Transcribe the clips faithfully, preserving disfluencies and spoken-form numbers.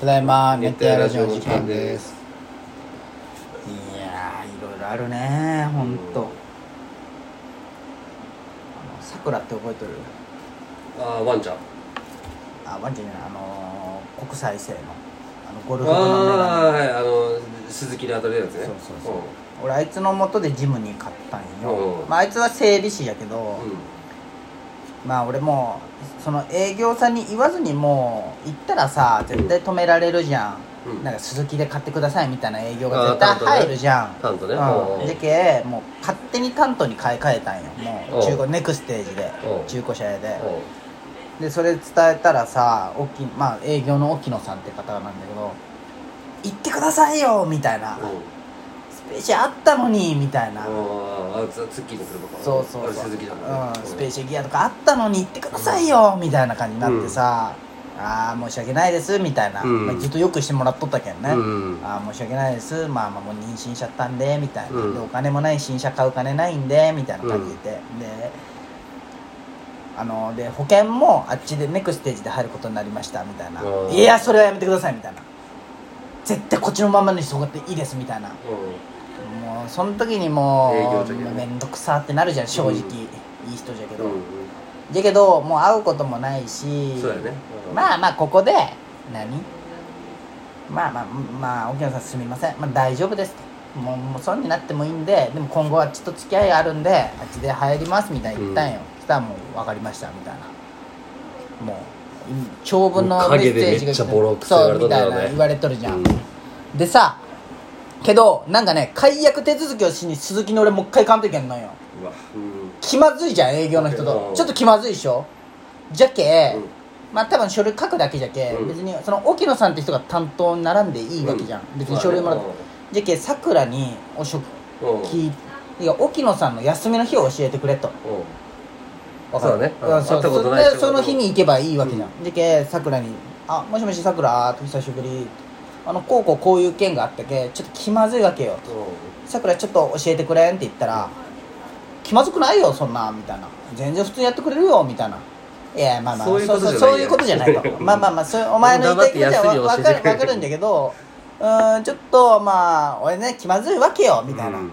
ただいま熱帯ラジオの時間です。 いやーいろいろあるねほんと、うん、さくらって覚えてる？ あーワンちゃんあワンちゃんじゃないあのー、国際生のあのゴルフ部のメガネ。 あーはいあの鈴木で当たるやつね。 そうそうそう、うん、俺あいつの元でジムに買ったんよ、 うん、 まあ、あいつは整備士やけど、うん、まあ俺もその営業さんに言わずにもう行ったらさ絶対止められるじゃん、うん、なんか鈴木で買ってくださいみたいな営業が絶対入るじゃん。 担当ね、 うん、でけもう勝手に担当に買い替えたんよ。もう中古ネクステージで中古車屋ででそれ伝えたらさおき、まあ、営業の沖野さんって方なんだけど行ってくださいよみたいな、うん、スペーシアあったのにみたいな。 あツッキーの車かな。 そうそうそう、 鈴木だもんね、 うん、スペーシアギアとかあったのに行ってくださいよみたいな感じになってさ、うん、ああ申し訳ないですみたいな、うんまあ、ずっとよくしてもらっとったけんね、うん、ああ申し訳ないですまあまあもう妊娠しちゃったんでみたいな、うん、でお金もない新車買う金ないんでみたいな感じで、うん、であので保険もあっちでネクステージで入ることになりましたみたいな、いやそれはやめてくださいみたいな、絶対こっちのままにしとっていいですみたいな、うん、もうその時にもうめんどくさってなるじゃん正直、うん、いい人じゃけど、うん、じゃけどもう会うこともないし、 そうやね、 うん、まあまあここで何まあまあまあ沖野さんすみません、まあ、大丈夫ですともう、もう損になってもいいんででも今後はちょっと付き合いあるんであっちで入りますみたいに言ったんよ、うん、そしたらもう分かりましたみたいな、もう長文のメッセージが影でめっちゃボロクソ言われとるよね、 そうみたいな言われとるじゃん、うん、でさけどなんかね解約手続きをしに鈴木に俺もう一回買わんといけんのよ。うわ、うん、気まずいじゃん営業の人と、うん、ちょっと気まずいでしょ。じゃけ、うん、まあ多分書類書くだけじゃけ、うん、別にその沖野さんって人が担当に並んでいいわけじゃん、うん、別に書類もらって、うん、じゃけさくらにお食聞いて、いや沖野さんの休みの日を教えてくれと、うん、 そうね、 うん、そうそれでその日に行けばいいわけじゃん、うん、でけさくらにあもしもしさくら久しぶりあのこうこうこういう件があったけちょっと気まずいわけよさくらちょっと教えてくれんって言ったら気まずくないよそんなみたいな全然普通にやってくれるよみたいないやまあまあそういうことじゃないとまあまあまあそうお前の言いたいことは分かる分かるんだけどうーんちょっとまあ俺ね気まずいわけよみたいな、うん、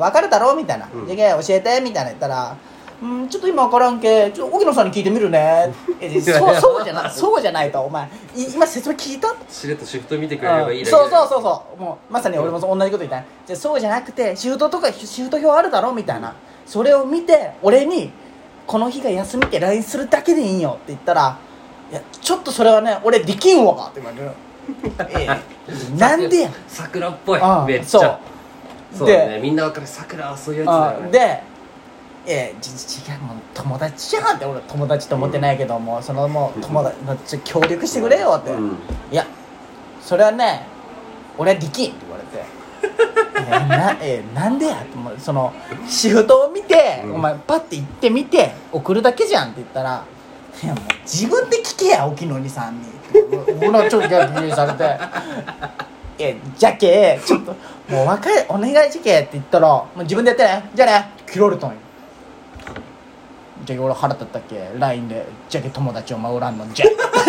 分かるだろみたいな、うん、じゃあ教えてみたいな言ったらうんちょっと今分からんけちょっと沖野さんに聞いてみるねえそうそうじゃないそうじゃないとお前今説明聞いたしれっとシフト見てくれればいいだけ、 うん、そうそうそうそうもうまさに俺も同じこと言った、うん、じゃそうじゃなくてシフトとかシフト表あるだろみたいな、うん、それを見て俺にこの日が休みって ライン するだけでいいよって言ったらいやちょっとそれはね俺できんわって言われるええなんでや桜っぽい、うん、めっちゃそうそうだねみんな分かる桜はそういうやつだよねでえー、違うもう友達じゃんって俺友達と思ってないけど、うん、もうそのもう友達協力してくれよって、うん、いやそれはね俺はできんって言われてえー、な, えー、なんでやってもそのシフトを見て、うん、お前パッて行ってみて送るだけじゃんって言ったらいやもう自分で聞けや沖野にさんに俺はちょっと逆にされてえじゃけちょっともう分かるお願いじけって言ったらもう自分でやってねじゃあね切られたんよ。じゃあ俺腹立ったっけ ライン でじゃけ友達を守らんのじゃ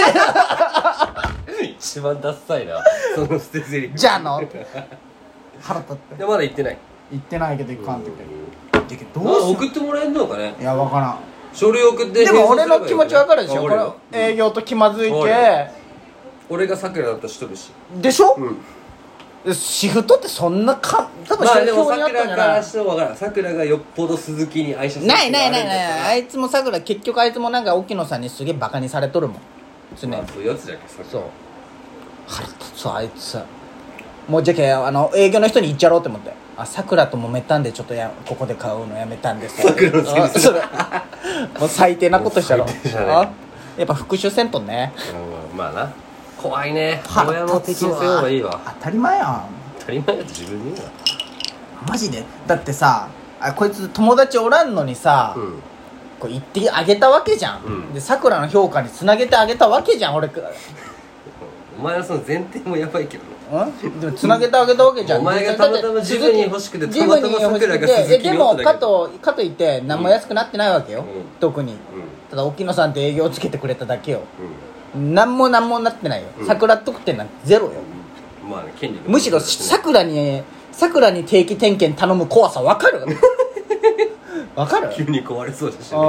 一番ダッサいなその捨てゼリフじゃあの腹立ってでまだ行ってない行ってないけど行かんとけじゃけどうしよう送ってもらえんのかねいや分からん書類送ってでも俺の気持ち分かるでしょこれ営業と気まずいけ俺がさくらだったらしとるしでしょ、うんシフトってそんなか多分まあでもさくらからしても分からんさくらがよっぽど鈴木に愛車ないないないないあいつもさくら結局あいつもなんか沖野さんにすげえバカにされとるもん常に、まあ、 そういうやつじゃけさそう腹立つわあいつもうじゃけあの営業の人に言っちゃろうって思ってあさくらと揉めたんでちょっとやここで買うのやめたんですさくらのせいにするもう最低なことしたろあやっぱ復讐せんとね、 うん、まあな怖いね親の敵にせようがいいわ当たり前やん当たり前やって自分で言うなマジでだってさあこいつ友達おらんのにさ、うん、こう言ってあげたわけじゃん、うん、でさくらの評価につなげてあげたわけじゃん俺お前のその前提もやばいけどうんでもつなげてあげたわけじゃんお前がたまたまジムに欲しくてたまたまさくらが鈴木にでもかとかといって何も安くなってないわけよ、うん、特に、うん、ただ沖野さんって営業つけてくれただけよ、 何も何もなってないよ、 うん、 桜得点なんてゼロよ、 うん、まあね権利むしろ桜に桜に定期点検頼む怖さ分かる分かる急に壊れそうだしね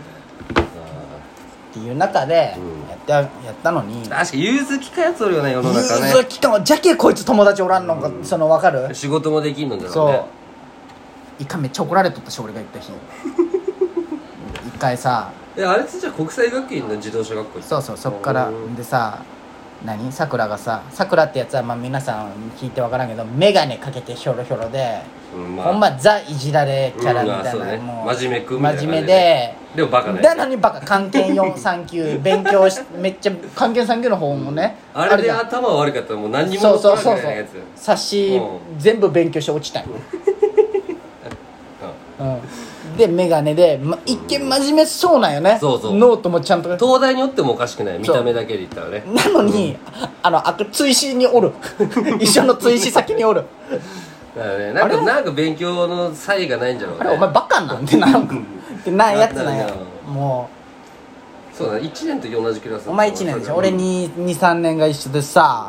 っていう中でやった、うん、やったのに確かに融通きかやつおるよね世の中ね。 融通きかじゃけこいつ友達おらんのか、うん、その分かる仕事もできんのだろうね。そう一回めっちゃ怒られとったし俺が行った日一回さえあれってじゃあ国際学院の自動車学校そうそうそっからでさ何さくらがささくらってやつはまあ皆さん聞いて分からんけど眼鏡かけてひょろひょろで、うんまあ、ほんまザいじられキャラみたいな、うんね、もう真面目くんみたいな感じで、 真面目ででもバカねで何バカ漢検よんさんきゅう勉強しめっちゃ漢検さんきゅうの方もね、 うん、あれで頭悪かったらもう何にも残らないやつ冊子、うん、全部勉強して落ちたんようん、で眼鏡で、ま、一見真面目そうなんよね、うん、そうそうノートもちゃんと東大によってもおかしくない見た目だけで言ったらねなのに、うん、あのあ追試におる一緒の追試先におるだからねなんかなんか勉強の差異がないんじゃろうねあれお前バカなんてなんかってないやつなんやもうそうだいちねんと同じクラスお前いちねんでしょ、うん、俺にさんねんが一緒でさ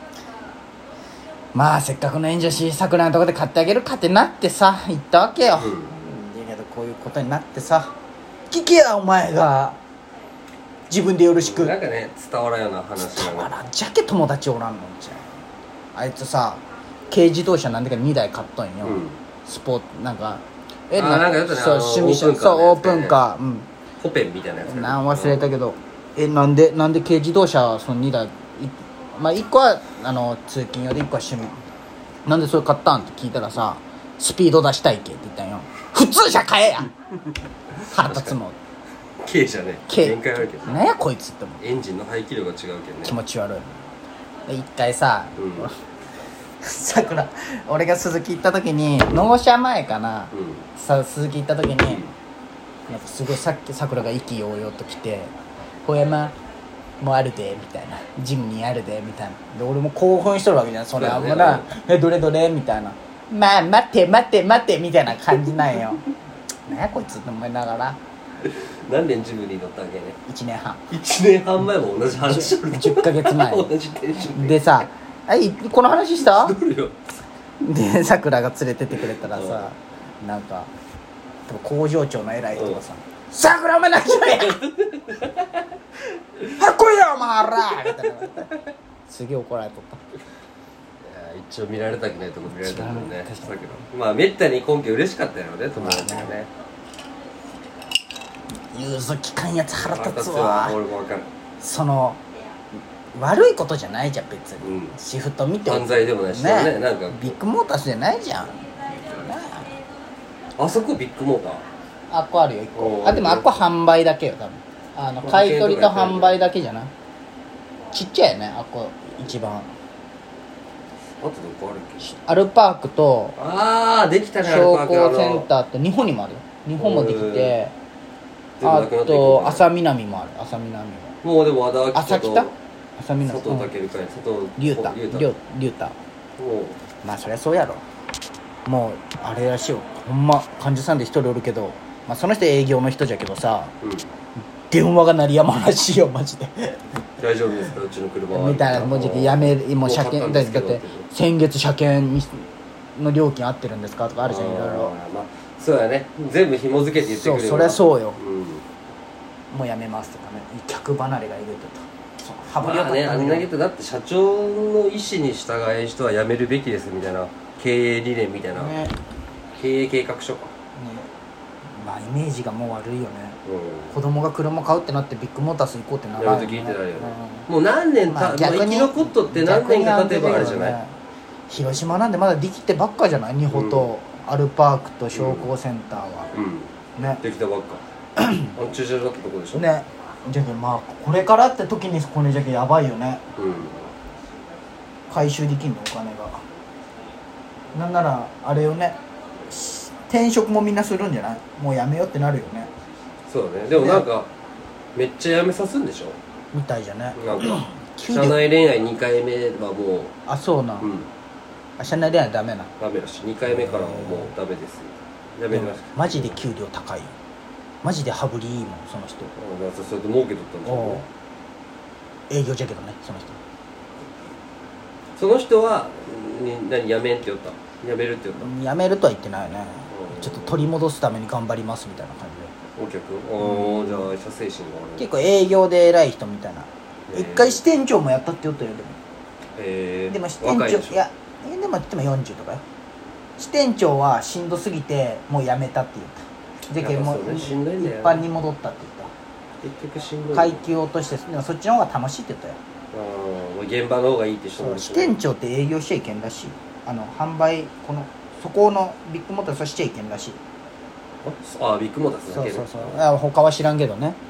まあせっかくの援助し桜のとこで買ってあげるかってなってさ行ったわけよ、うん、だけどこういうことになってさ聞けやお前が自分でよろしくなんかね伝わらんような話伝わらんじゃけ友達おらんのじゃんあいつさ軽自動車なんでかにだい買っとんよ、うん、スポーツなんかえあなんかやったねそう趣味車そうオープンカー、うん、 コペンみたいなやつなん忘れたけど、うん、えなんでなんで軽自動車そのにだいまあいっこはあの通勤用でいっこは趣味なんでそれ買ったんって聞いたらさスピード出したいけって言ったんよ普通車買えや腹立つの軽じゃね限界あるけど何やこいつって思うエンジンの排気量が違うけどね気持ち悪い一回さ、うん、さくら俺が鈴木行った時に納車前かな、うん、さ鈴木行った時に、うん、なんかすごいさっきさくらが意気揚々と来て「小山もうあるで」みたいな「ジムにあるで」みたいなで俺も興奮しとるわけじゃんそれあんまな「えどれどれ」みたいな「まあ待って待って待って」みたいな感じなんよなんやこいつって思いながら何年ジムに乗ったわけねいちねんはんいちねんはん前も同じ話しとるじゅっかげつまえ同じテンションでさあいこの話したしとるよでさくらが連れてってくれたらさなんか工場長の偉い人がさ「さくらお前何しろやかっこいいよお前ら!」みたいなすげえ怒られとった一応見られたくないとこ見られたもんねさくらまあめったに今季嬉しかったよね友達がね融通きかんやつ腹立つわ俺も分かるその悪いことじゃないじゃん別に、うん、シフト見て犯罪でもないしね、ねなんかビッグモーターじゃないじゃんあそこビッグモーターあっこあるよいっこあでもあっこ販売だけよ多分あの買い取りと販売だけじゃないちっちゃいよねあっこ一番あとどこあるっけアルパークとああできたね商工センターって日本にもあるよ日本もできてあと朝南もある朝南ももうでも和田明朝北朝南佐藤健かい佐藤龍太龍太まあそりゃそうやろもうあれらしいよほんま患者さんで一人おるけど、まあ、その人営業の人じゃけどさ、うん、電話が鳴りやまらしいよマジで大丈夫ですかうちの車はみたいなもうじきやめもう車検だって先月車検の料金合ってるんですかとかあるじゃんいろいろ、 まあ、そうやね全部紐付けて言ってくれるそうそりゃそうよ、うん、もうやめますとかね客離れがいるとまあね、あんなけどだって社長の意思に従えん人は辞めるべきですみたいな経営理念みたいな、ね、経営計画書か、ね、 まあイメージがもう悪いよね、うん、子供が車買うってなってビッグモータース行こうってならないよね、うん、もう何年た、まあ、逆に生き残っとって何年か経てばあれじゃない、ね、 広島なんでまだできてばっかじゃない日本と、うん、アルパークと商工センターは、 うんね、できたばっかあの駐車場だったとこでしょねじゃけまあこれからって時にこれじゃけやばいよね、うん、回収できんのお金がなんならあれよね転職もみんなするんじゃないもうやめようってなるよねそうだねでもなんか、ね、めっちゃやめさすんでしょみたいじゃねなんか社内恋愛にかいめはもうあそうな、うん、あ社内恋愛ダメなダメだしにかいめからはもうダメですやめましたマジで給料高いよマジで羽振りいいもんその人ああそれで儲けとったんじゃん営業じゃけどねその人。 その人はに何辞めんって言った辞めるって言った辞めるとは言ってないね。ちょっと取り戻すために頑張りますみたいな感じで。 お客おー、じゃあ射精神がある。 結構営業で偉い人みたいな。一回支店長もやったって言ったよ。でもへーでも支店長いやえでも言ってもよんじゅうとかよ。支店長はしんどすぎてもう辞めたって言った。でもうしんどいんだよ一般に戻ったって結局しんどい言った。階級を落としてでもそっちの方が楽しいって言ったよ。 あ現場の方がいいって人もそう支店長って営業しちゃいけんらしい。あの販売このそこのビッグモーターさしちゃいけんらしい。 ああビッグモーターそうそうそうあ他は知らんけどね。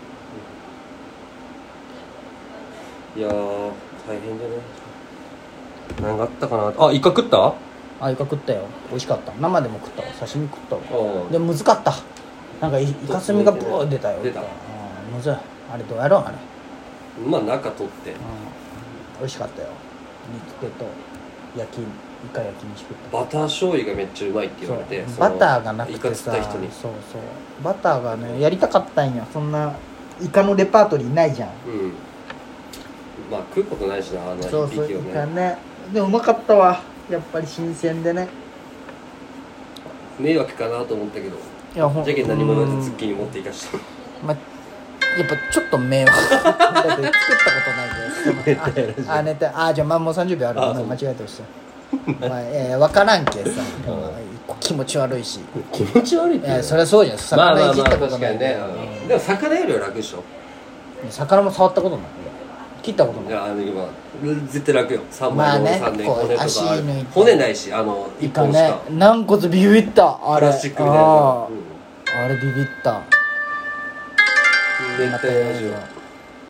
いやー大変じゃね。何があったかなあイカ食ったあイカ食ったよ。美味しかった。生でも食ったわ。刺身食ったわ。 あでもむずかった。なんかイカスミがブー出たよ。 出たうんむずい。あれどうやろうあれ。 まあ中取ってうん美味しかったよ。煮付けと焼きイカ焼きにし食った。 バター醤油がめっちゃうまいって言われてそうそのバターがなくイカてさ釣った人にそうそうバターがねやりたかったんや。そんなイカのレパートリーないじゃん。 うんまあ食うことないしなあのそうそうイ一匹をねカね。でもうまかったわ。やっぱり新鮮でね。 迷惑かなと思ったけどいやほんじゃけん何も言わずズッキーニ持っていかしたまやっぱちょっと迷惑だって作ったことないで寝たやろじゃんああ寝たあじゃあまあもうさんじゅうびょうあるあごめん間違えてましたまあ、えー、分からんけさ気持ち悪いし気持ち悪いっていやそりゃそうじゃん魚いじったことない確かにね、うんでも魚よりは楽でしょ魚も触ったことない切ったことないいやあの今絶対楽よさんまあねまいのさんでこう骨とか足抜いて骨ないしあのイカ一本しかね軟骨ビビったあれプラスチックみたいなあやーあれビビったつ絶対同じよ